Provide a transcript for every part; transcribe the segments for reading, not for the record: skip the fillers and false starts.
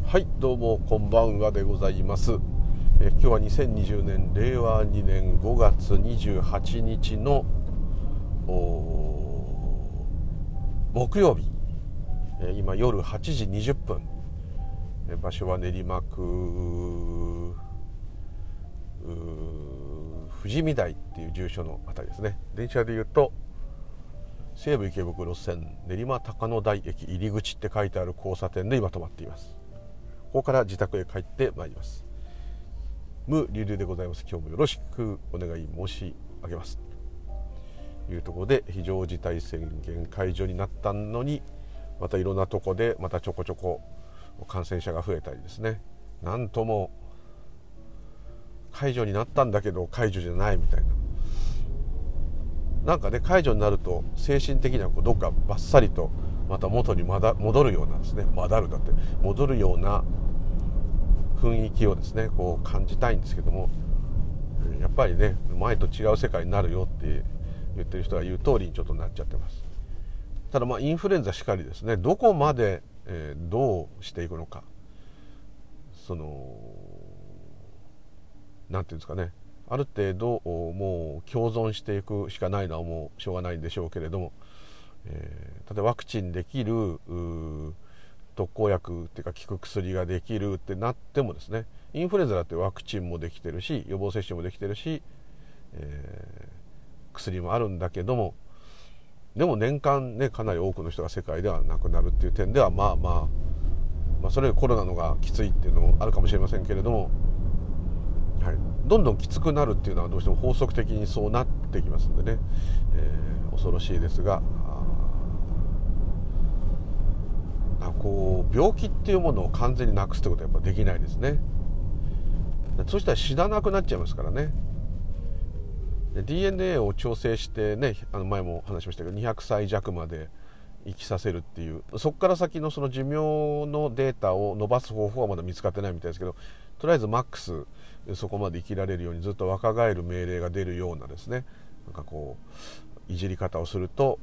はい、どうもこんばんはでございます。今日は2020年令和2年5月28日の木曜日、今夜8時20分、場所は練馬区富士見台っていう住所のあたりですね。電車でいうと西武池袋線練馬高野台駅入り口って書いてある交差点で今止まっています。ここから自宅へ帰ってまいります。無流々でございます。今日もよろしくお願い申し上げますというところで、非常事態宣言解除になったのにまたいろんなとこでまたちょこちょこ感染者が増えたりですね、なんとも解除になったんだけど解除じゃないみたいな、なんかね、解除になると精神的にはどっかバッサリとまた元に戻るようなですね、戻るような雰囲気をですねこう感じたいんですけども、やっぱりね前と違う世界になるよって言ってる人が言う通りにちょっとなっちゃってます。ただインフルエンザしかりですね、どこまで、どうしていくのか、なんていうんですかね、ある程度もう共存していくしかないのはもうしょうがないんでしょうけれども、例えばワクチンできる特効薬っていうか効く薬ができるってなってもですね、インフルエンザだってワクチンもできてるし予防接種もできてるし、薬もあるんだけども、でも年間ねかなり多くの人が世界では亡くなるっていう点ではそれよりコロナのがきついっていうのもあるかもしれませんけれども、はい、どんどんきつくなるっていうのはどうしても法則的にそうなってきますんでね、恐ろしいですが、病気っていうものを完全になくすってことはやっぱできないですね。そしたら死ななくなっちゃいますからね。DNA を調整してね、前も話しましたけど200歳弱まで生きさせるっていう、そこから先のその寿命のデータを伸ばす方法はまだ見つかってないみたいですけど、とりあえずマックスそこまで生きられるようにずっと若返る命令が出るようなですね、なんかいじり方をすると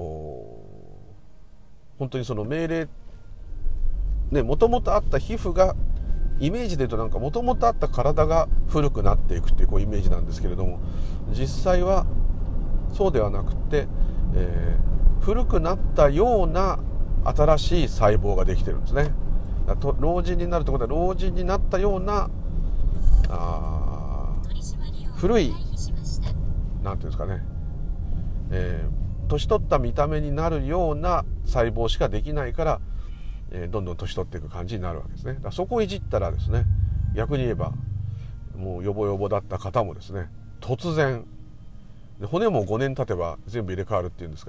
本当にその命令ね、もともとあった皮膚がイメージで言うとなんかもともとあった体が古くなっていくっていうイメージなんですけれども、実際はそうではなくて、古くなったような新しい細胞ができてるんですね。老人になるってことは老人になったような古いなんていうんですかね、年取った見た目になるような細胞しかできないから、どんどん年取っていく感じになるわけですね。だからそこをいじったらですね、逆に言えばもうヨボヨボだった方もですね、突然骨も5年経てば全部入れ替わるっていうんですから、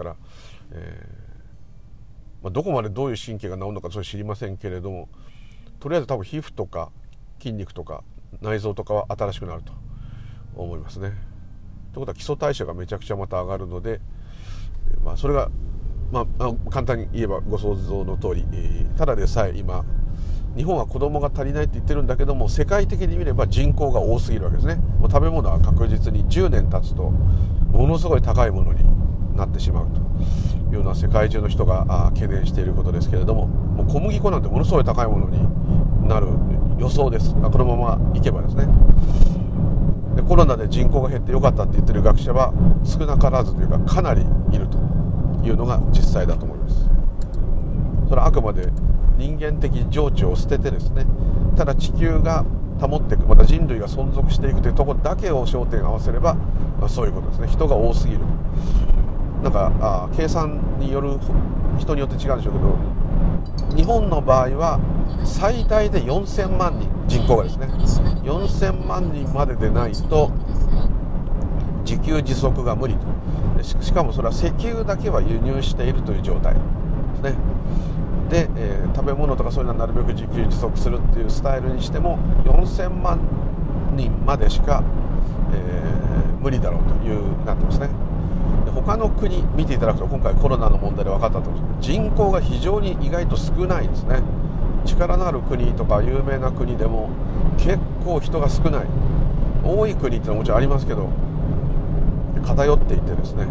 どこまでどういう神経が治るのかそれ知りませんけれども、とりあえず多分皮膚とか筋肉とか内臓とかは新しくなると思いますね。ということは基礎代謝がめちゃくちゃまた上がるので、それが簡単に言えばご想像の通り、ただでさえ今日本は子供が足りないって言ってるんだけども、世界的に見れば人口が多すぎるわけですね。もう食べ物は確実に10年経つとものすごい高いものになってしまうというような世界中の人が懸念していることですけれども、もう小麦粉なんてものすごい高いものになる予想です。このままいけばですね。でコロナで人口が減ってよかったって言ってる学者は少なからずというかかなりいるというのが実際だと思います。それはあくまで人間的情緒を捨ててですね、ただ地球が保っていく、また人類が存続していくというところだけを焦点を合わせれば、そういうことですね。人が多すぎる、なんか計算による人によって違うんでしょうけど、日本の場合は最大で4000万人人口がですね、4000万人まででないと自給自足が無理と。しかもそれは石油だけは輸入しているという状態ですね。で、食べ物とかそういうのはなるべく自給自足するっていうスタイルにしても4000万人までしか、無理だろうというなってますね。で他の国見ていただくと今回コロナの問題で分かったと思うんですけど、人口が非常に意外と少ないんですね。力のある国とか有名な国でも結構人が少ない。多い国ってのはもちろんありますけど偏っていてですね、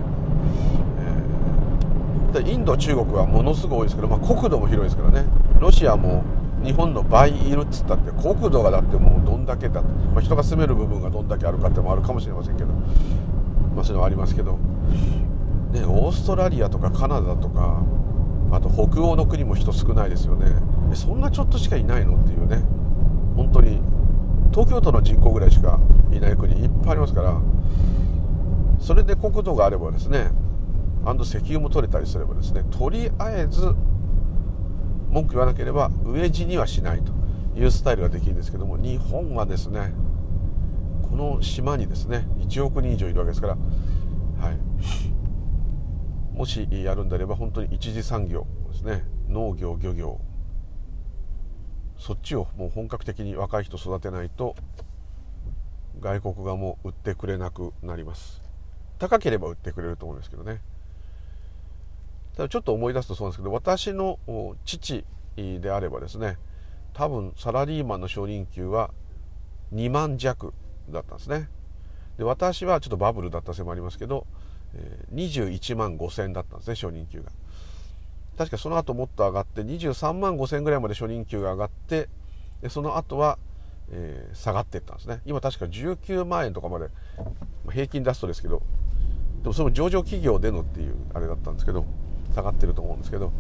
インド中国はものすごい多いですけど、国土も広いですからね。ロシアも日本の倍いるっつったって、国土がだってもうどんだけだと、人が住める部分がどんだけあるかってもあるかもしれませんけど、そういうのはありますけど、ね、オーストラリアとかカナダとか、あと北欧の国も人少ないですよね。そんなちょっとしかいないのっていうね、本当に東京都の人口ぐらいしかいない国いっぱいありますから、それで国土があればですね、石油も取れたりすればですね、とりあえず文句言わなければ飢え死にはしないというスタイルができるんですけども、日本はですね、この島にですね1億人以上いるわけですから、はい、もしやるんであれば本当に一次産業ですね、農業漁業、そっちをもう本格的に若い人育てないと外国がもう売ってくれなくなります。高ければ売ってくれると思うんですけどね。ただちょっと思い出すとそうなんですけど、私の父であればですね、多分サラリーマンの初任給は2万弱だったんですね。で、私はちょっとバブルだったせいもありますけど、21万5千だったんですね、初任給が。確かその後もっと上がって23万5千ぐらいまで初任給が上がって、でその後は、下がっていったんですね。今確か19万円とかまで、平均出すとですけど、でもその上場企業でのっていうあれだったんですけど、下がってると思うんですけど、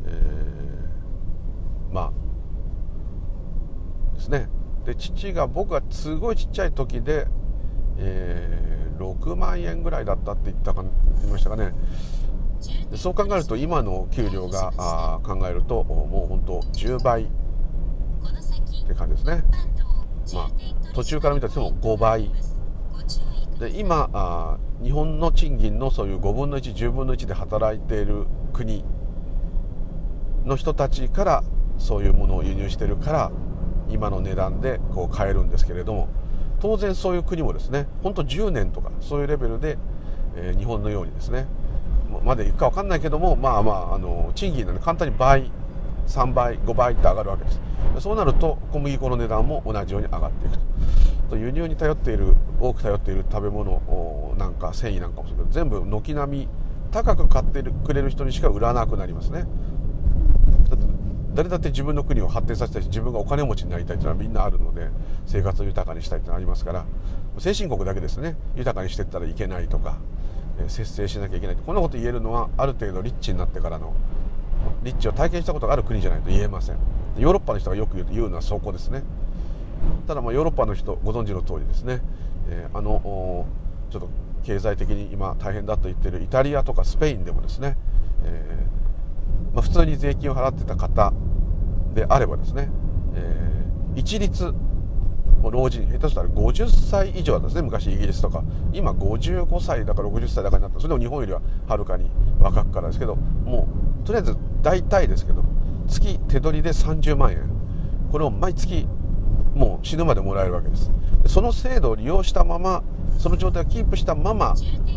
ですね。で、父が僕がすごいちっちゃい時で、6万円ぐらいだったって言いましたかね。でそう考えると今の給料が考えるともう本当10倍って感じですね。途中から見たとしても5倍で、今日本の賃金のそういう5分の1、10分の1で働いている国の人たちからそういうものを輸入しているから今の値段でこう買えるんですけれども、当然そういう国もですね、本当10年とかそういうレベルで、日本のようにですねまでいくか分かんないけども、賃金なんで簡単に倍、3倍、5倍って上がるわけです。そうなると小麦粉の値段も同じように上がっていくと。輸入に多く頼っている食べ物なんか繊維なんかもそうけど、全部軒並み高く買ってくれる人にしか売らなくなりますね。だって誰だって自分の国を発展させたいし、自分がお金持ちになりたいというのはみんなあるので、生活を豊かにしたいというのはありますから、先進国だけですね、豊かにしていったらいけないとか、節制しなきゃいけない、こんなこと言えるのはある程度リッチになってからの、リッチを体験したことがある国じゃないと言えません。ヨーロッパの人がよく言うのはそこですね。ただヨーロッパの人ご存知の通りですね、ちょっと経済的に今大変だと言っているイタリアとかスペインでもですね、普通に税金を払ってた方であればですね、一律老人、下手したら50歳以上だったんですね、昔イギリスとか。今55歳だか60歳だかになった。それでも日本よりははるかに若くからですけど、もうとりあえず大体ですけど月手取りで30万円、これを毎月もう死ぬまでもらえるわけです。その制度を利用したまま、その状態をキープしたまま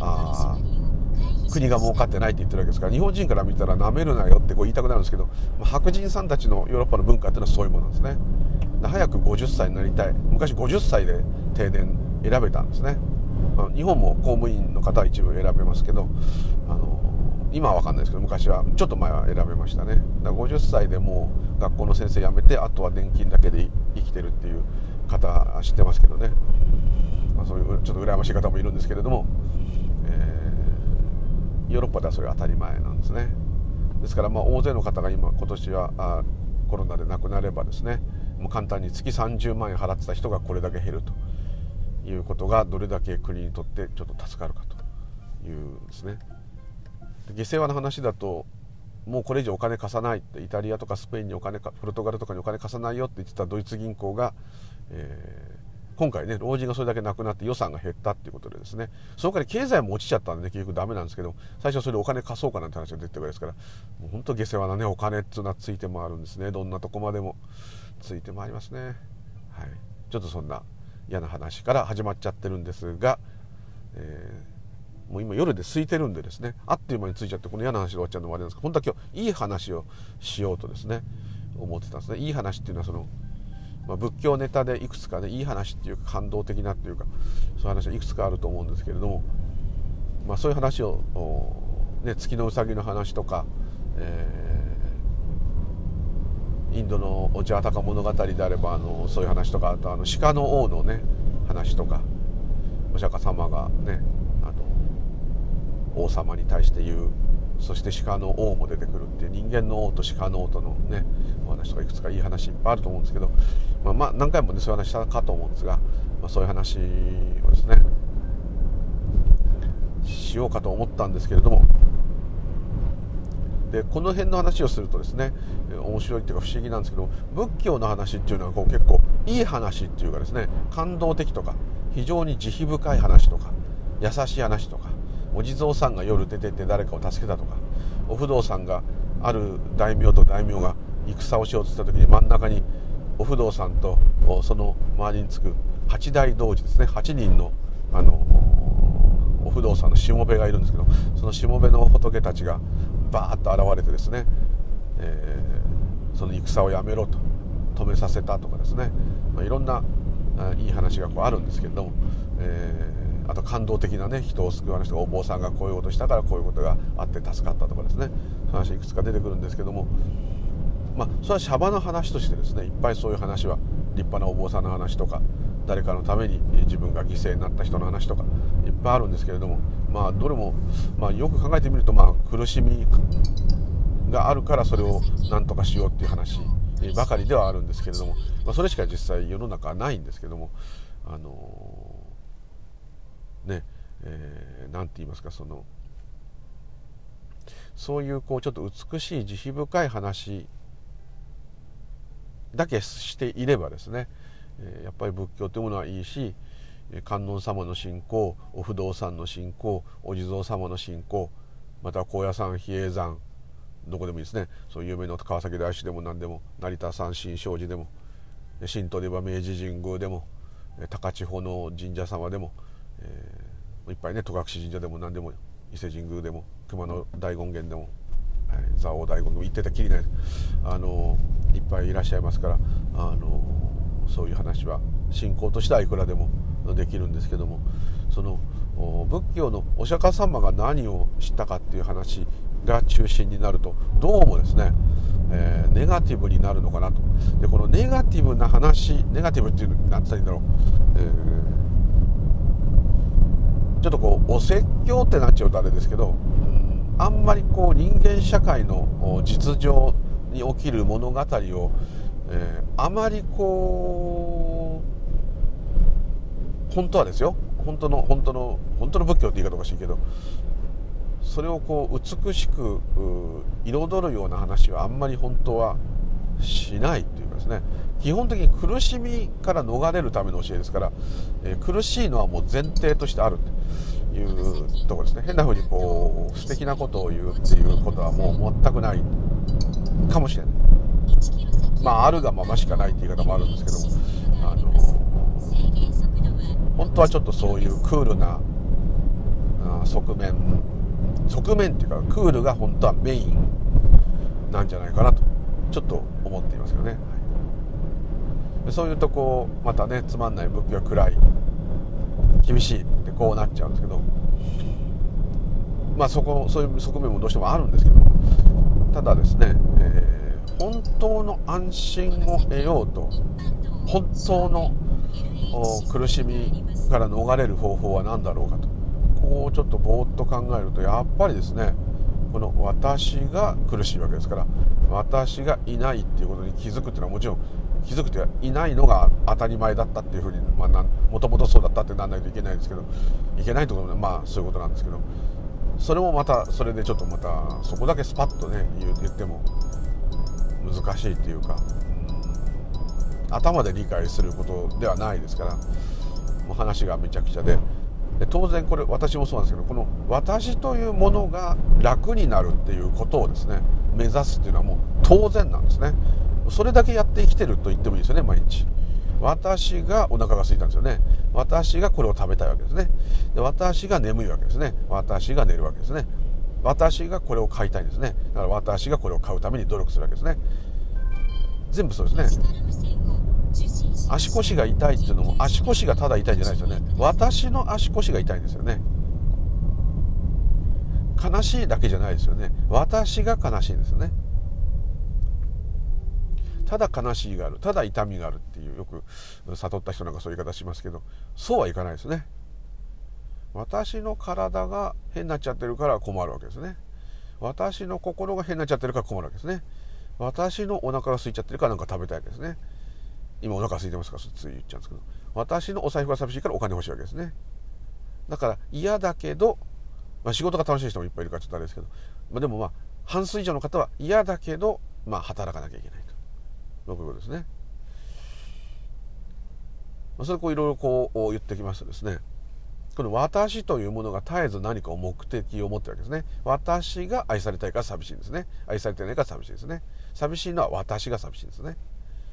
国が儲かってないって言ってるわけですから、日本人から見たらなめるなよってこう言いたくなるんですけど、白人さんたちのヨーロッパの文化っていうのはそういうものなんですね。早く50歳になりたい。昔50歳で定年選べたんですね。日本も公務員の方は一部選べますけど、今は分かんないですけど、昔はちょっと前は選べましたね。だから50歳でもう学校の先生辞めて、あとは年金だけで生きてるっていう方知ってますけどね、そういうちょっと羨ましい方もいるんですけれども、ヨーロッパではそれが当たり前なんですね。ですから大勢の方が今年はコロナで亡くなればですね、もう簡単に月30万円払ってた人がこれだけ減るということが、どれだけ国にとってちょっと助かるかというんですね。下世話の話だと、もうこれ以上お金貸さないって、イタリアとかスペインにポルトガルとかにお金貸さないよって言ってたドイツ銀行が、今回ね、老人がそれだけ亡くなって予算が減ったっていうことでですね、その代わり経済も落ちちゃったんで、ね、結局ダメなんですけど、最初それでお金貸そうかなんて話が出てるぐらいですから、もう本当下世話なね、お金っていうのはついて回るんですね。どんなとこまでもついて回りますね。はい、ちょっとそんな嫌な話から始まっちゃってるんですが、もう今夜で空いてるんでですね、あっという間についちゃって、この嫌な話で終わっちゃうのもあれなんですけど、本当は今日いい話をしようとですね思ってたんですね。いい話っていうのはその、仏教ネタでいくつかね、いい話っていうか感動的なっていうか、そういう話はいくつかあると思うんですけれども、そういう話を、月のうさぎの話とか、 インドのオチャータカ物語であればそういう話とか、あと鹿の王のね話とか、お釈迦様がね王様に対して言う、そして鹿の王も出てくるっていう、人間の王と鹿の王とのねお話とかいくつかいい話いっぱいあると思うんですけど、何回もねそういう話したかと思うんですが、そういう話をですねしようかと思ったんですけれども、でこの辺の話をするとですね面白いっていうか不思議なんですけど、仏教の話っていうのは結構いい話っていうかですね、感動的とか非常に慈悲深い話とか優しい話とか、お地蔵さんが夜出てって誰かを助けたとか、お不動さんがある大名と大名が戦をしようとした時に真ん中にお不動さんとその周りにつく八大童子ですね、8人のお不動さんのしもべがいるんですけど、そのしもべの仏たちがバーッと現れてですね、その戦をやめろと止めさせたとかですね、いろんないい話があるんですけれども、あと感動的なね人を救う話とか、お坊さんがこういうことしたからこういうことがあって助かったとかですね、話いくつか出てくるんですけども、それはシャバの話としてですねいっぱいそういう話は、立派なお坊さんの話とか、誰かのために自分が犠牲になった人の話とかいっぱいあるんですけれども、どれも、よく考えてみると苦しみがあるからそれを何とかしようっていう話ばかりではあるんですけれども、それしか実際世の中はないんですけども、なんて言いますか、そういうちょっと美しい慈悲深い話だけしていればですね、やっぱり仏教というものはいいし、観音様の信仰、お不動さんの信仰、お地蔵様の信仰、または高野山比叡山、どこでもいいですね、そういう有名な川崎大師でも何でも、成田山新勝寺でも、神道で言えば明治神宮でも、高千穂の神社様でも、いっぱいね、戸隠神社でも何でも、伊勢神宮でも、熊野大権現でも、蔵王大権現でも、言ってたきりないです、いっぱいいらっしゃいますから、そういう話は信仰としてはいくらでもできるんですけども、その仏教のお釈迦様が何を知ったかっていう話が中心になると、どうもですね、ネガティブになるのかなと。でこのネガティブな話、ネガティブっていうのなんて言ったらいいんだろう、ちょっとお説教ってなっちゃうとあれですけど、あんまり人間社会の実情に起きる物語を、あまり本当はですよ、本当の仏教って言い方おかしいけど、それを美しく彩るような話はあんまり本当はしないっていうかですね、基本的に苦しみから逃れるための教えですから、苦しいのはもう前提としてあるというところですね。変な風に素敵なことを言うっていうことはもう全くないかもしれない。あるがまましかないっていう言い方もあるんですけども、本当はちょっとそういうクールな側面っていうか、クールが本当はメインなんじゃないかなとちょっと思っていますよね。そういうとまたね、つまんない仏教は暗い厳しいってなっちゃうんですけど、そういう側面もどうしてもあるんですけど、ただですね、本当の安心を得ようと、本当の苦しみから逃れる方法は何だろうかと、ちょっとぼーっと考えると、やっぱりですね、この私が苦しいわけですから、私がいないっていうことに気づくっていうのは、もちろん気づくというか、いないのが当たり前だったっていうふうに、もともとそうだったってなんないといけないですけど、いけないってことはそういうことなんですけど、それもまたそれでちょっとまたそこだけスパッとね言っても難しいっていうか、頭で理解することではないですから、もう話がめちゃくちゃで、当然これ私もそうなんですけど、この私というものが楽になるっていうことをですね目指すっていうのはもう当然なんですね。それだけやって生きてると言ってもいいですよね。毎日私がお腹が空いたんですよね。私がこれを食べたいわけですね。で、私が眠いわけですね。私が寝るわけですね。私がこれを買いたいんですね。だから私がこれを買うために努力するわけですね。全部そうですね。足腰が痛いっていうのも、足腰がただ痛いんじゃないですよね。私の足腰が痛いんですよね。悲しいだけじゃないですよね。私が悲しいんですよね。 ただ悲しいがある、ただ痛みがあるっていう、よく悟った人なんかそういう言い方しますけど、そうはいかないですね。私の体が変になっちゃってるから困るわけですね。私の心が変になっちゃってるから困るわけですね。私のお腹が空いちゃってるからなんか食べたいわけですね。今お腹空いてますからつい言っちゃうんですけど、私のお財布が寂しいからお金欲しいわけですね。だから嫌だけど、仕事が楽しい人もいっぱいいるからちょっとあれですけど、でも半数以上の方は嫌だけど、働かなきゃいけないと、そういうことですね。それいろいろ言ってきますとですね、この私というものが絶えず何かを目的を持ってるわけですね。私が愛されたいから寂しいんですね。愛されてないから寂しいですね。寂しいのは私が寂しいんですね。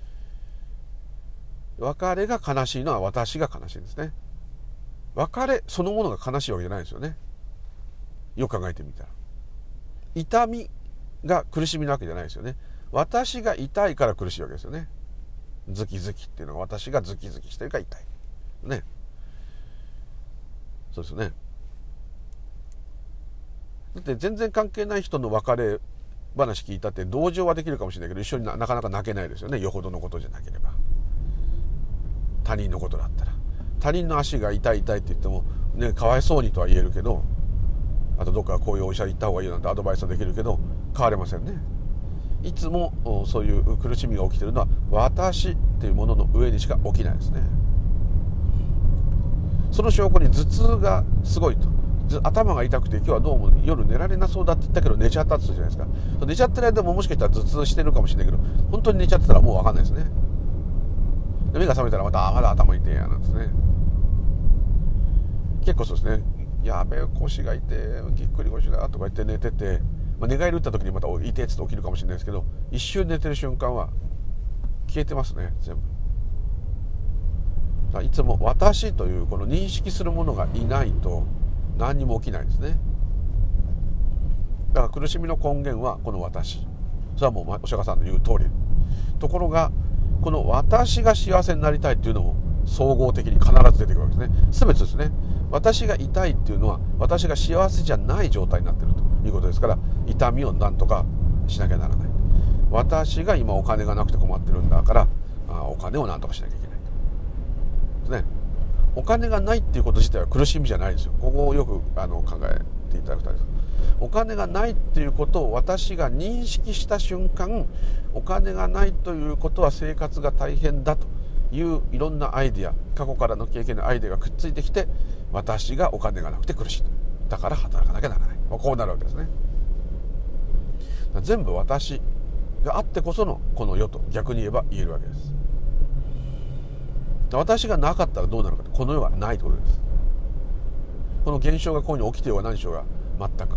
別れが悲しいのは私が悲しいんですね。別れそのものが悲しいわけじゃないですよね。よく考えてみたら、痛みが苦しみなわけじゃないですよね。私が痛いから苦しいわけですよね。ズキズキっていうのは私がズキズキしてるから痛いね。そうですね。だって全然関係ない人の別れ話聞いたって同情はできるかもしれないけど、一緒になかなか泣けないですよね。よほどのことじゃなければ。他人のことだったら、他人の足が痛い痛いって言ってもね、かわいそうにとは言えるけど、あとどっかこういうお医者行った方がいいよなんてアドバイスはできるけど変われませんね。いつもそういう苦しみが起きているのは私っていうものの上にしか起きないですね。その証拠に頭痛がすごいと、頭が痛くて今日はどうも夜寝られなそうだって言ったけど寝ちゃったって言うじゃないですか。寝ちゃってる間ももしかしたら頭痛してるかもしれないけど、本当に寝ちゃってたらもう分かんないですね。目が覚めたらまだ頭痛いやなんですね。結構そうですね。やべえ腰が痛え、ぎっくり腰だとか言って寝てて、寝返り打った時にまた痛えっつって起きるかもしれないですけど、一瞬寝てる瞬間は消えてますね、全部。いつも私というこの認識するものがいないと何にも起きないですね。だから苦しみの根源はこの私、それはもうお釈迦さんの言う通り。ところがこの私が幸せになりたいっていうのも総合的に必ず出てくるわけですね。全てですね。私が痛いっていうのは私が幸せじゃない状態になっているということですから、痛みを何とかしなきゃならない。私が今お金がなくて困ってるんだから、お金を何とかしなきゃいけないですね。お金がないっていうこと自体は苦しみじゃないですよ。ここをよく考えていただきたいです。お金がないっていうことを私が認識した瞬間、お金がないということは生活が大変だといういろんなアイデア、過去からの経験のアイデアがくっついてきて、私がお金がなくて苦しいと、だから働かなきゃならない、こうなるわけですね。全部私があってこそのこの世と逆に言えば言えるわけです。私がなかったらどうなるかと、この世はないということです。この現象がこういうふうに起きてようが何しようが全く、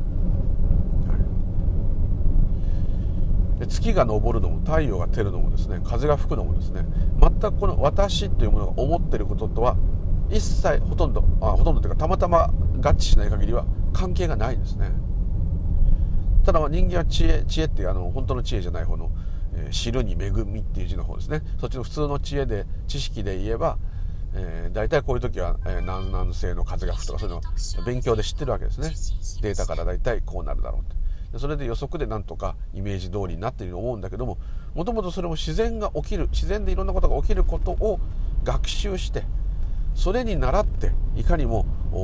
で月が昇るのも太陽が照るのもですね、風が吹くのもですね、全くこの私というものが思っていることとは一切ほとんどというかたまたま合致しない限りは関係がないんですね。ただ人間は知恵っていう本当の知恵じゃない方の、知るに恵みっていう字の方ですね。そっちの普通の知恵で知識で言えば、大体こういう時は、南南西の風が吹くとかそういうのを勉強で知ってるわけですね。データから大体こうなるだろうと。それで予測でなんとかイメージ通りになっていると思うんだけども、もともとそれも自然が起きる、自然でいろんなことが起きることを学習して、それに倣っていかにも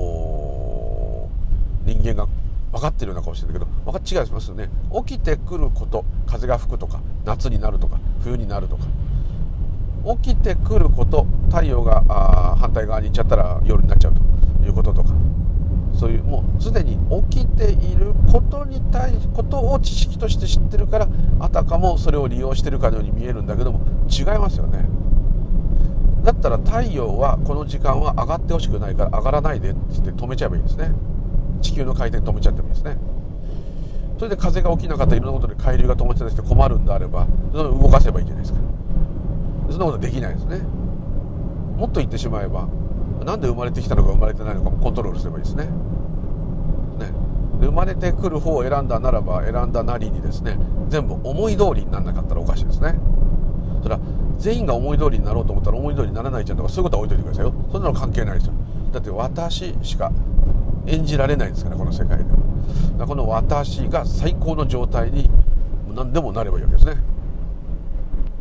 人間が分かってるような顔してるけど違いますよね。起きてくること、風が吹くとか夏になるとか冬になるとか、起きてくること、太陽が反対側に行っちゃったら夜になっちゃうということとか、そういうもうすでに起きていることに対しことを知識として知ってるから、あたかもそれを利用してるかのように見えるんだけども違いますよね。だったら太陽はこの時間は上がってほしくないから上がらないでって言って止めちゃえばいいですね。地球の回転止めちゃってもいいですね。それで風が起きなかったらいろんなことで海流が止まっちゃって困るんであればそれを動かせばいいじゃないですか。そんなことはできないですね。もっと言ってしまえば、なんで生まれてきたのか生まれてないのかもコントロールすればいいですね。生まれてくる方を選んだならば選んだなりにですね、全部思い通りにならなかったらおかしいですね。それは全員が思い通りになろうと思ったら思い通りにならないじゃんとか、そういうことは置いといてくださいよ。そんなの関係ないですよ。だって私しか演じられないですからこの世界では。だからこの私が最高の状態に何でもなればいいわけですね。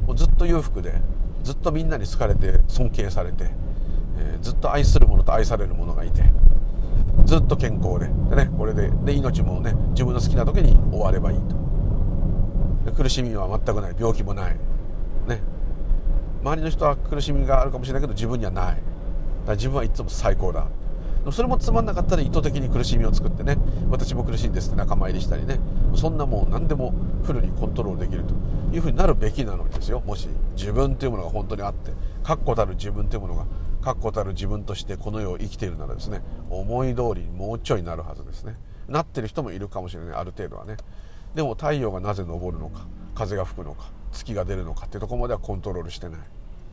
もうずっと裕福でずっとみんなに好かれて尊敬されて、ずっと愛する者と愛される者がいて、ずっと健康でね、これで命もね自分の好きな時に終わればいいと。苦しみは全くない、病気もないね。周りの人は苦しみがあるかもしれないけど自分にはない。だから自分はいつも最高だ。それもつまんなかったら意図的に苦しみを作ってね、私も苦しいんですって仲間入りしたりね、そんなもう何でもフルにコントロールできるというふうになるべきなのにですよ。もし自分というものが本当にあって、確固たる自分というものが確固たる自分としてこの世を生きているならですね、思い通りにもうちょいなるはずですね。なってる人もいるかもしれない、ある程度はね。でも太陽がなぜ昇るのか、風が吹くのか、月が出るのかっていうところまではコントロールしてない。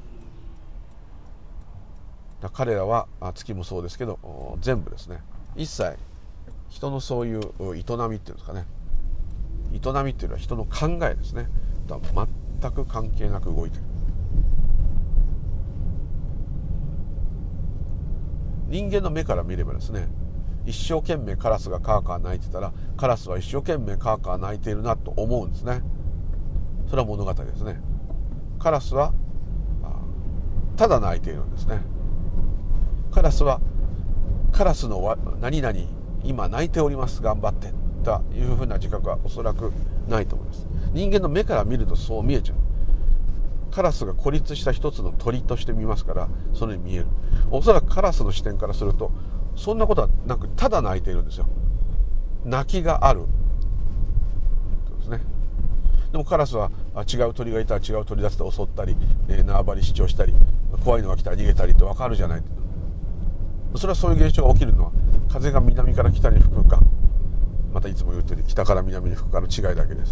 彼らは月もそうですけど全部ですね、一切人のそういう営みっていうんですかね、営みっていうのは人の考えですね、全く関係なく動いてる。人間の目から見ればですね、一生懸命カラスがカーカー鳴いてたら、カラスは一生懸命カーカー鳴いているなと思うんですね。それは物語ですね。カラスはただ鳴いているんですね。カラスはカラスの何々今鳴いております頑張ってというふうな自覚はおそらくないと思います。人間の目から見るとそう見えちゃう。カラスが孤立した一つの鳥として見ますから、そのように見える。おそらくカラスの視点からするとそんなことはなく、ただ鳴いているんですよ。鳴きがあるですね。でもカラスは違う鳥がいたら違う鳥だって襲ったり、縄張り主張したり、怖いのが来たら逃げたりって分かるじゃない。それはそういう現象が起きるのは風が南から北に吹くか、またいつも言ってる北から南に吹くかの違いだけです。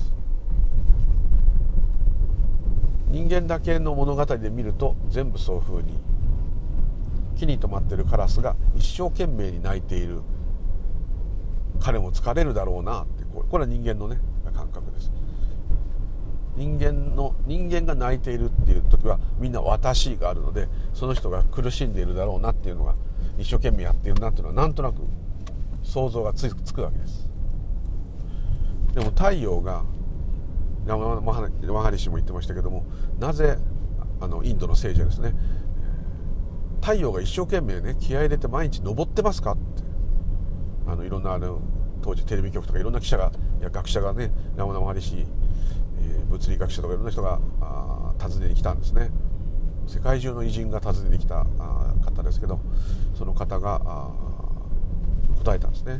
人間だけの物語で見ると全部そういうふうに木に止まっているカラスが一生懸命に鳴いている、彼も疲れるだろうなって、これは人間のね感覚です。人間が泣いているっていう時はみんな私があるので、その人が苦しんでいるだろうなっていうのが、一生懸命やっているなっていうのはなんとなく想像がつくわけです。でも太陽がマハリ氏も言ってましたけども、なぜインドの聖者ですね、太陽が一生懸命ね気合い入れて毎日昇ってますかって、いろんな当時テレビ局とかいろんな記者が学者がね、ラマハリ氏、物理学者とかいろんな人が訪ねに来たんですね。世界中の偉人が訪ねに来た方ですけど、その方が答えたんですね。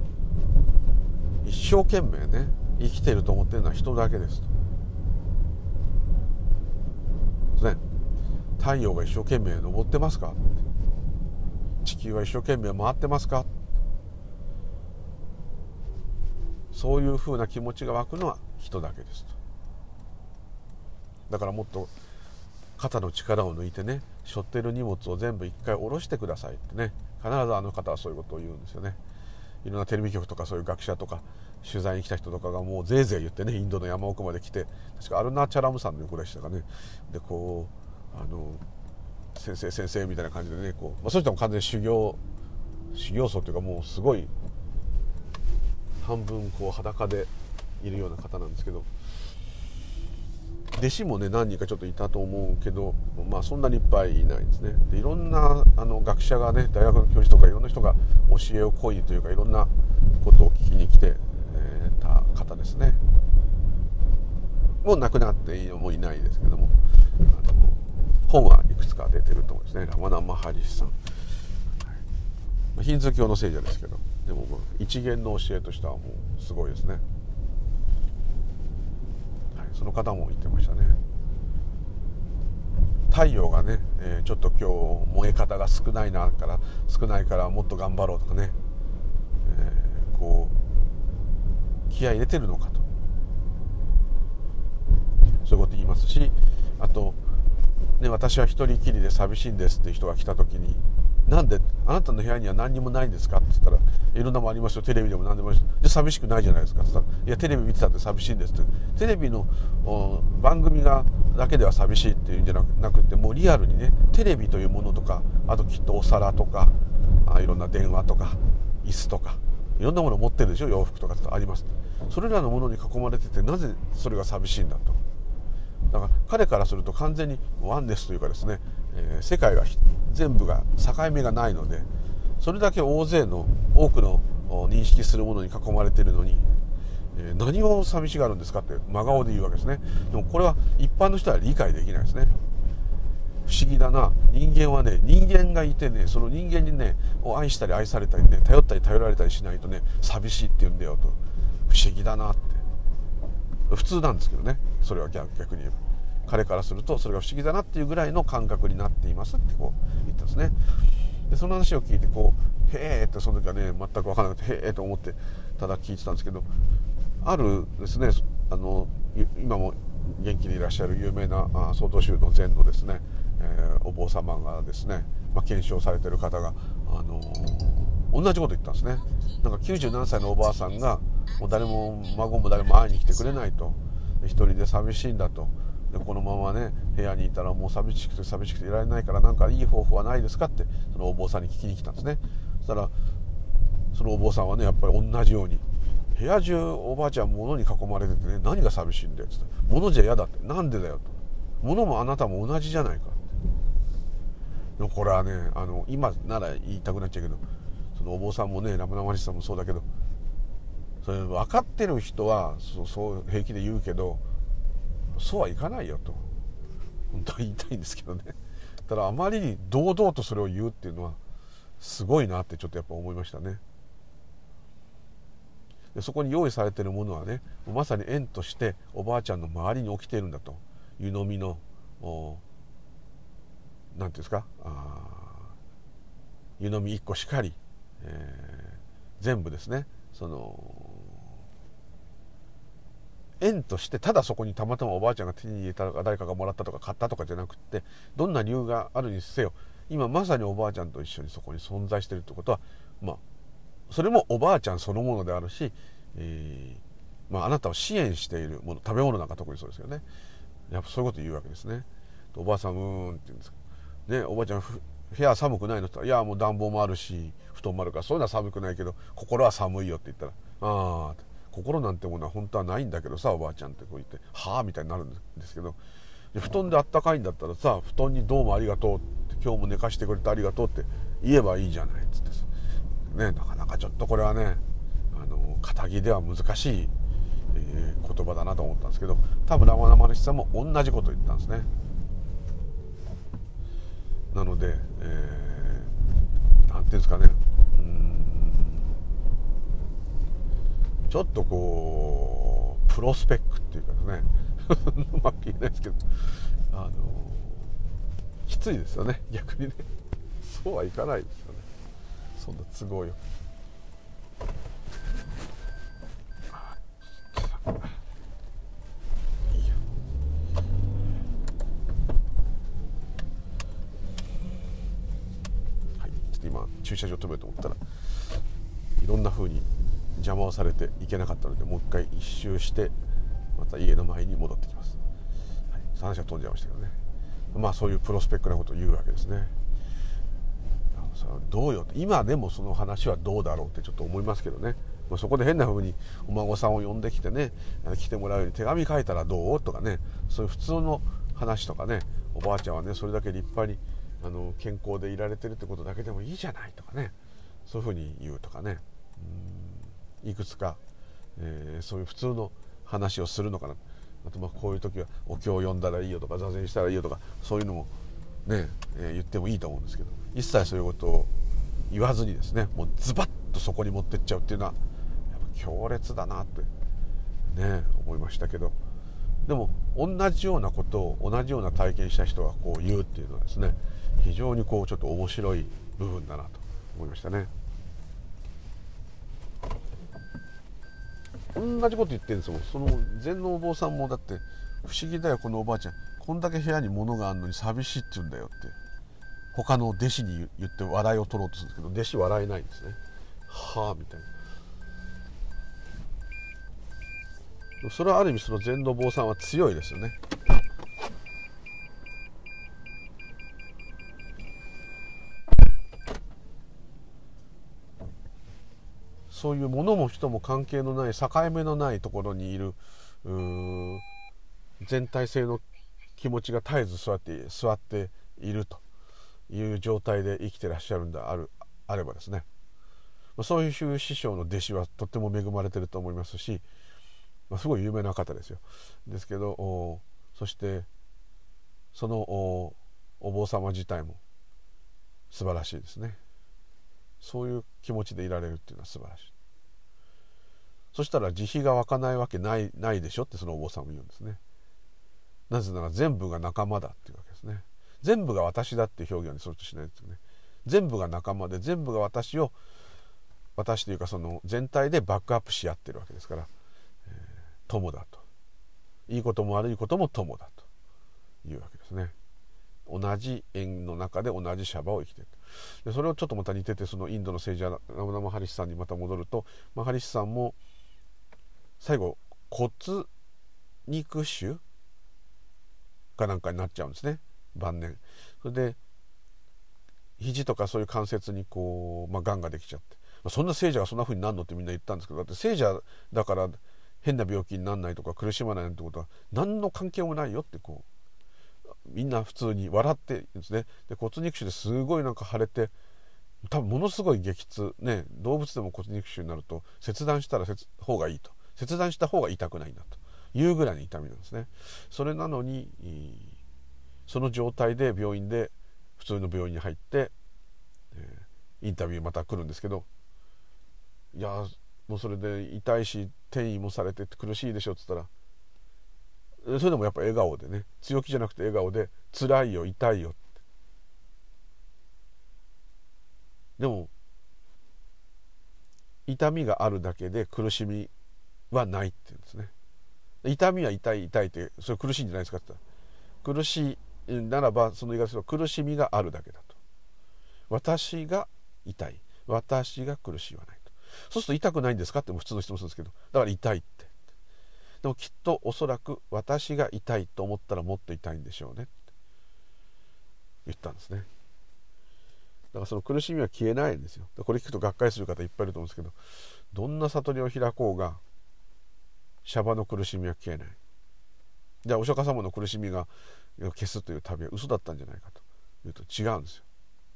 一生懸命ね生きていると思っているのは人だけですとですね。太陽が一生懸命昇ってますか、地球は一生懸命回ってますか、そういうふうな気持ちが湧くのは人だけですと。だからもっと肩の力を抜いてね、背負っている荷物を全部一回下ろしてくださいってね、必ずあの方はそういうことを言うんですよね。いろんなテレビ局とかそういう学者とか取材に来た人とかがもうぜいぜい言ってね、インドの山奥まで来て、確かアルナーチャラムさんの横でしたかね。でこう先生みたいな感じでね、こう、そういう人も完全に修行僧というか、もうすごい半分こう裸でいるような方なんですけど、弟子もね何人かちょっといたと思うけど、まあそんなにいっぱいいないですね。でいろんな学者がね、大学の教授とかいろんな人が教えを請いというか、いろんなことを聞きに来てた方ですね。もう亡くなっていいのもいないですけども、本はいくつか出てると思うんですね。ラマナ・マハリシさん、ヒンズー教の聖者ですけど、でも一元の教えとしてはもうすごいですね。その方も言ってましたね。太陽がね、ちょっと今日燃え方が少ないからもっと頑張ろうとかね、こう気合い入れてるのかと、そういうこと言いますし、あと、ね、私は一人きりで寂しいんですっていう人が来た時に、なんであなたの部屋には何にもないんですかって言ったら、いろんなもありますよ、テレビでも何でもあります。で寂しくないじゃないですかって言ったら、いやテレビ見てたって寂しいんですって。テレビの番組だけでは寂しいっていうんじゃなくて、もうリアルにね、テレビというものとか、あときっとお皿とかいろんな電話とか椅子とかいろんなものを持ってるでしょ、洋服とかあります。それらのものに囲まれてて、なぜそれが寂しいんだと。 だから彼からすると完全にワンネスというかですね、世界が全部が境目がないので、それだけ多くの認識するものに囲まれているのに、何を寂しがるんですかって真顔で言うわけですね。でもこれは一般の人は理解できないですね。不思議だな。人間はね、人間がいてね、その人間にねを愛したり愛されたりね、頼ったり頼られたりしないとね寂しいって言うんだよと。不思議だなって、普通なんですけどね、それは逆に言えば彼からするとそれが不思議だなっていうぐらいの感覚になっていますってこう言ったんですね。でその話を聞いてこうへーってその時はね全く分からなくてへーと思ってただ聞いてたんですけど、あるですね、今も元気でいらっしゃる有名な曹洞宗の禅のですね、お坊様がですね、検証されている方が、同じこと言ったんですね。なんか90何歳のおばあさんがもう誰も孫も誰も会いに来てくれないと、一人で寂しいんだと、でこのままね部屋にいたらもう寂しくていられないから、なんかいい方法はないですかってそのお坊さんに聞きに来たんですね。そしたらそのお坊さんはねやっぱり同じように、部屋中おばあちゃん物に囲まれててね、何が寂しいんだよって言ったら、物じゃ嫌だって、なんでだよと、物もあなたも同じじゃないかって。でもこれはね今なら言いたくなっちゃうけど、そのお坊さんもねラムナマリスさんもそうだけど、それ分かってる人はそう平気で言うけど、そうはいかないよと本当は言いたいんですけどね。ただあまりに堂々とそれを言うっていうのはすごいなってちょっとやっぱ思いましたね。でそこに用意されているものはね、まさに縁としておばあちゃんの周りに起きているんだと。湯飲みのなんていうんですか、湯飲み1個しかり、全部ですね、その縁としてただそこにたまたまおばあちゃんが手に入れたとか誰かがもらったとか買ったとかじゃなくって、どんな理由があるにせよ今まさにおばあちゃんと一緒にそこに存在しているってことは、それもおばあちゃんそのものであるし、あなたを支援しているもの、食べ物なんか特にそうですよね。やっぱそういうこと言うわけですね。おばあさんって言うんですね。おばあちゃん部屋寒くないのって言ったら、いやもう暖房もあるし布団もあるからそういうのは寒くないけど心は寒いよって言ったら、心なんてものは本当はないんだけどさおばあちゃんってこう言ってはあみたいになるんですけど、布団であったかいんだったらさ、布団にどうもありがとうって、今日も寝かしてくれてありがとうって言えばいいじゃないっつってね。なかなかちょっとこれはね堅気では難しい、言葉だなと思ったんですけど、多分ラマナマルシさんも同じことを言ったんですね。なので、なんていうんですかね、ちょっとこうプロスペックっていうかねうまく言えないですけど、きついですよね逆にね。そうはいかないですよね、そんな都合よ。今駐車場止めようと思ったらいろんな風に邪魔をされていけなかったので、もう一回一周してまた家の前に戻ってきます。話は飛んじゃいましたけどね。そういうプロスペックなことを言うわけですね。どうよ、今でもその話はどうだろうってちょっと思いますけどね。そこで変な風にお孫さんを呼んできてね、来てもらうように手紙書いたらどうとかね、そういう普通の話とかね、おばあちゃんはねそれだけ立派に健康でいられてるってことだけでもいいじゃないとかね、そういうふうに言うとかね、いくつか、そういう普通の話をするのかな。あとこういう時はお経を読んだらいいよとか座禅したらいいよとか、そういうのもね、言ってもいいと思うんですけど、一切そういうことを言わずにですね、もうズバッとそこに持ってっちゃうっていうのはやっぱ強烈だなってね思いましたけど、でも同じようなことを同じような体験した人がこう言うっていうのはですね、非常にこうちょっと面白い部分だなと思いましたね。同じこと言ってるんですもん。その禅のお坊さんもだって不思議だよこのおばあちゃん、こんだけ部屋に物があるのに寂しいって言うんだよって他の弟子に言って笑いを取ろうとするんですけど、弟子笑えないんですね。はあみたいな。それはある意味その禅のお坊さんは強いですよね。そういう物も人も関係のない境目のないところにいる全体性の気持ちが絶えず座っているという状態で生きてらっしゃるんであればですね、そういう師匠の弟子はとっても恵まれてると思いますし、すごい有名な方ですよ。ですけどそしてそのお坊様自体も素晴らしいですね。そういう気持ちでいられるっていうのは素晴らしい。そしたら慈悲が湧かないわけないでしょってそのお坊さんも言うんですね。なぜなら全部が仲間だっていうわけですね。全部が私だっていう表現にするとしないですよね。全部が仲間で全部が私というかその全体でバックアップし合ってるわけですから、友だと、いいことも悪いことも友だというわけですね。同じ縁の中で同じシャバを生きている。でそれをちょっとまた似てて、そのインドの政治家ラムナ・マハリシさんにまた戻ると、マハリシさんも最後骨肉腫かなんかになっちゃうんですね、晩年。それで肘とかそういう関節にがんができちゃって、そんな聖者がそんな風になるのってみんな言ったんですけど、だって聖者だから変な病気にならないとか苦しまないなんてことは何の関係もないよってみんな普通に笑ってるんですね。で骨肉腫ですごいなんか腫れて、多分ものすごい激痛ね、動物でも骨肉腫になると切断した方がいいと、切断した方が痛くないんだというぐらいの痛みなんですね。それなのにその状態で病院で普通の病院に入って、インタビューまた来るんですけど、いやもうそれで痛いし転移もされて苦しいでしょって言ったら、それでもやっぱ笑顔でね、強気じゃなくて笑顔で辛いよ痛いよって。でも痛みがあるだけで苦しみはないって言うんですね。痛みは痛いってそれ苦しいんじゃないですかって言ったら、苦しいならばその言い方すると苦しみがあるだけだと。私が痛い、私が苦しいはないと。そうすると痛くないんですかって普通の質問するんですけど、だから痛いって。でもきっとおそらく私が痛いと思ったらもっと痛いんでしょうねって言ったんですね。だからその苦しみは消えないんですよ。これ聞くとがっかりする方いっぱいいると思うんですけど、どんな悟りを開こうがシャバの苦しみは消えない。じゃあお釈迦様の苦しみが消すという旅は嘘だったんじゃないかというと違うんですよ。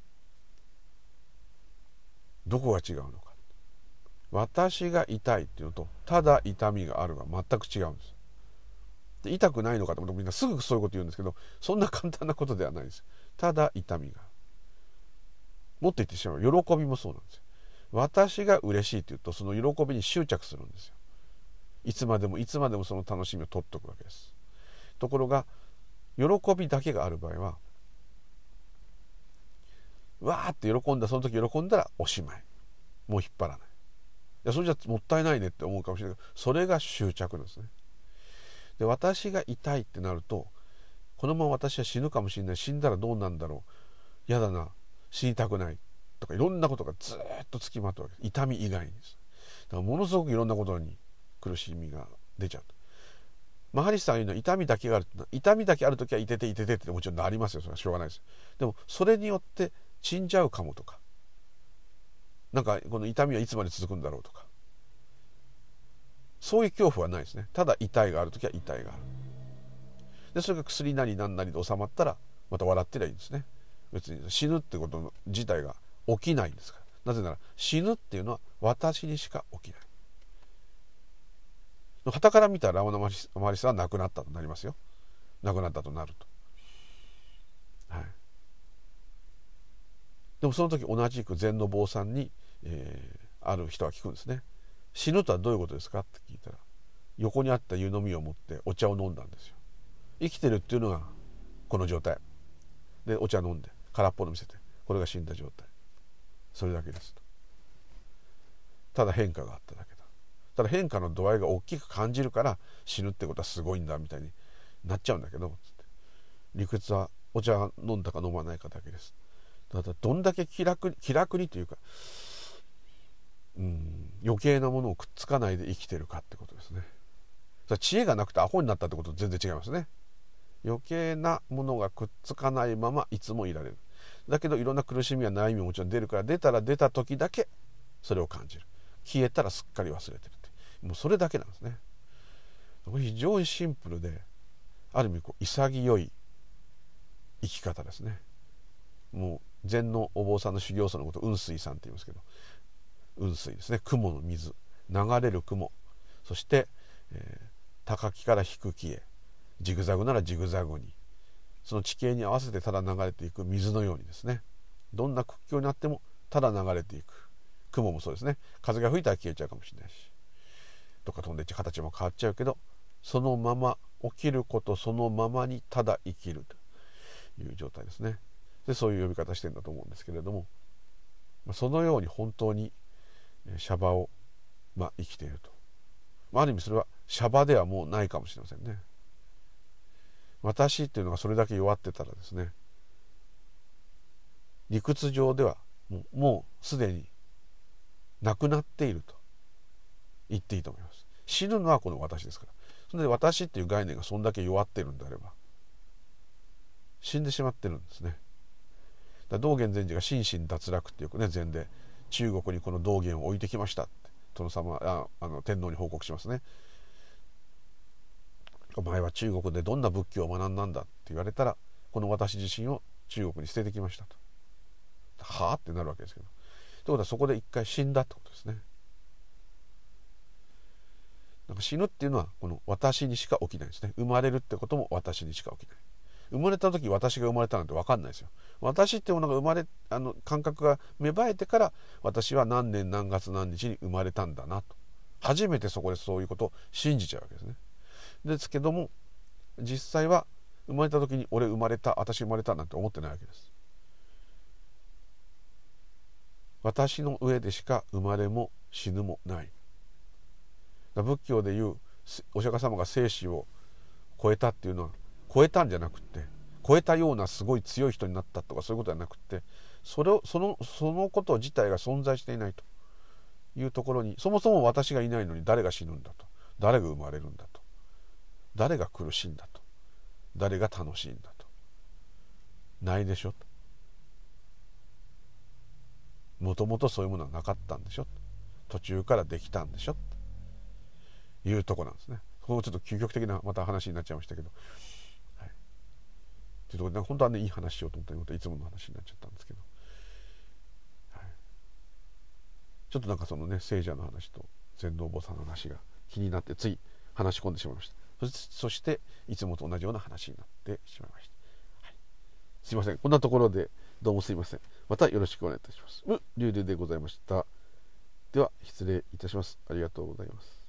どこが違うのか。私が痛いっていうのとただ痛みがあるが全く違うんです。で痛くないのかと思ってみんなすぐそういうこと言うんですけど、そんな簡単なことではないです。ただ痛みが、もっと言ってしまう喜びもそうなんですよ。私が嬉しいというとその喜びに執着するんですよ。いつまでもその楽しみを取っておくわけです。ところが喜びだけがある場合は、わーってその時喜んだらおしまい、もう引っ張らない。いやそれじゃもったいないねって思うかもしれないけど、それが執着なんですね。で私が痛いってなると、このまま私は死ぬかもしれない、死んだらどうなんだろう、やだな、死にたくないとかいろんなことがずっとつきまとうわけです。痛み以外にです。だからものすごくいろんなことに苦しみが出ちゃうと。マハリシさんが言うのは痛みだけがある、痛みだけあるときは痛てってもちろんなりますよ。それはしょうがないです。でもそれによって死んじゃうかもとか、なんかこの痛みはいつまで続くんだろうとか、そういう恐怖はないですね。ただ痛いがあるときは痛いがある。でそれが薬なり何なりで収まったらまた笑ってりゃいいんですね。別に死ぬってこと自体が起きないんですから。なぜなら死ぬっていうのは私にしか起きない。傍から見たらラマナ・マハリシさんは亡くなったとなりますよ。亡くなったとなると、はい、でもその時同じく禅の坊さんに、ある人が聞くんですね。死ぬとはどういうことですかって聞いたら、横にあった湯飲みを持ってお茶を飲んだんですよ。生きてるっていうのがこの状態で、お茶飲んで空っぽの見せて、これが死んだ状態、それだけですと。ただ変化があっただけだ。ただ変化の度合いが大きく感じるから死ぬってことはすごいんだみたいになっちゃうんだけど、理屈はお茶飲んだか飲まないかだけです。だからどんだけ気楽にというか、余計なものをくっつかないで生きてるかってことですね。知恵がなくてアホになったってことと全然違いますね。余計なものがくっつかないままいつもいられる。だけどいろんな苦しみや悩みももちろん出るから、出たら出た時だけそれを感じる。消えたらすっかり忘れてるって、もうそれだけなんですね。これ非常にシンプルである意味潔い生き方ですね。もう禅のお坊さんの修行僧のことを雲水さんって言いますけど、雲水ですね、雲の水、流れる雲、そして、高きから低きへ、ジグザグならジグザグに、その地形に合わせてただ流れていく水のようにですね、どんな屈強になってもただ流れていく。雲もそうですね、風が吹いたら消えちゃうかもしれないし、どっか飛んでいっちゃう、形も変わっちゃうけど、そのまま起きることそのままにただ生きるという状態ですね。でそういう呼び方してるんだと思うんですけれども、そのように本当にシャバを、生きていると、ある意味それはシャバではもうないかもしれませんね。私っていうのがそれだけ弱ってたらですね、理屈上ではもうすでになくなっていると言っていいと思います。死ぬのはこの私ですから。それで私っていう概念がそんだけ弱っているんであれば死んでしまってるんですね。道元禅師が心身脱落ってよくね、禅で中国にこの道元を置いてきましたって殿様天皇に報告しますね。お前は中国でどんな仏教を学んだんだって言われたら、この私自身を中国に捨ててきましたと。はあってなるわけですけど、ということはそこで一回死んだってことですね。なんか死ぬっていうのはこの私にしか起きないですね。生まれるってことも私にしか起きない。生まれた時私が生まれたなんて分かんないですよ。私ってものが感覚が芽生えてから、私は何年何月何日に生まれたんだなと、初めてそこでそういうことを信じちゃうわけですね。ですけども実際は生まれた時に俺生まれた、私生まれたなんて思ってないわけです。私の上でしか生まれも死ぬもない。仏教でいうお釈迦様が生死を超えたっていうのは、超えたんじゃなくて、超えたようなすごい強い人になったとかそういうことじゃなくて、そのこと自体が存在していないというところに、そもそも私がいないのに誰が死ぬんだと、誰が生まれるんだと、誰が苦しいんだと、誰が楽しいんだと、ないでしょと、もともとそういうものはなかったんでしょ、途中からできたんでしょというとこなんですね。ここちょっと究極的なまた話になっちゃいましたけど、はい、というところで本当はね、いい話しようと思ったらいつもの話になっちゃったんですけど、はい、ちょっとなんかそのね、聖者の話と禅のお坊さんの話が気になってつい話し込んでしまいました。そしていつもと同じような話になってしまいました。はい、すいません、こんなところでどうもすいません。またよろしくお願いいたします。リュウリュウでございました。では失礼いたします。ありがとうございます。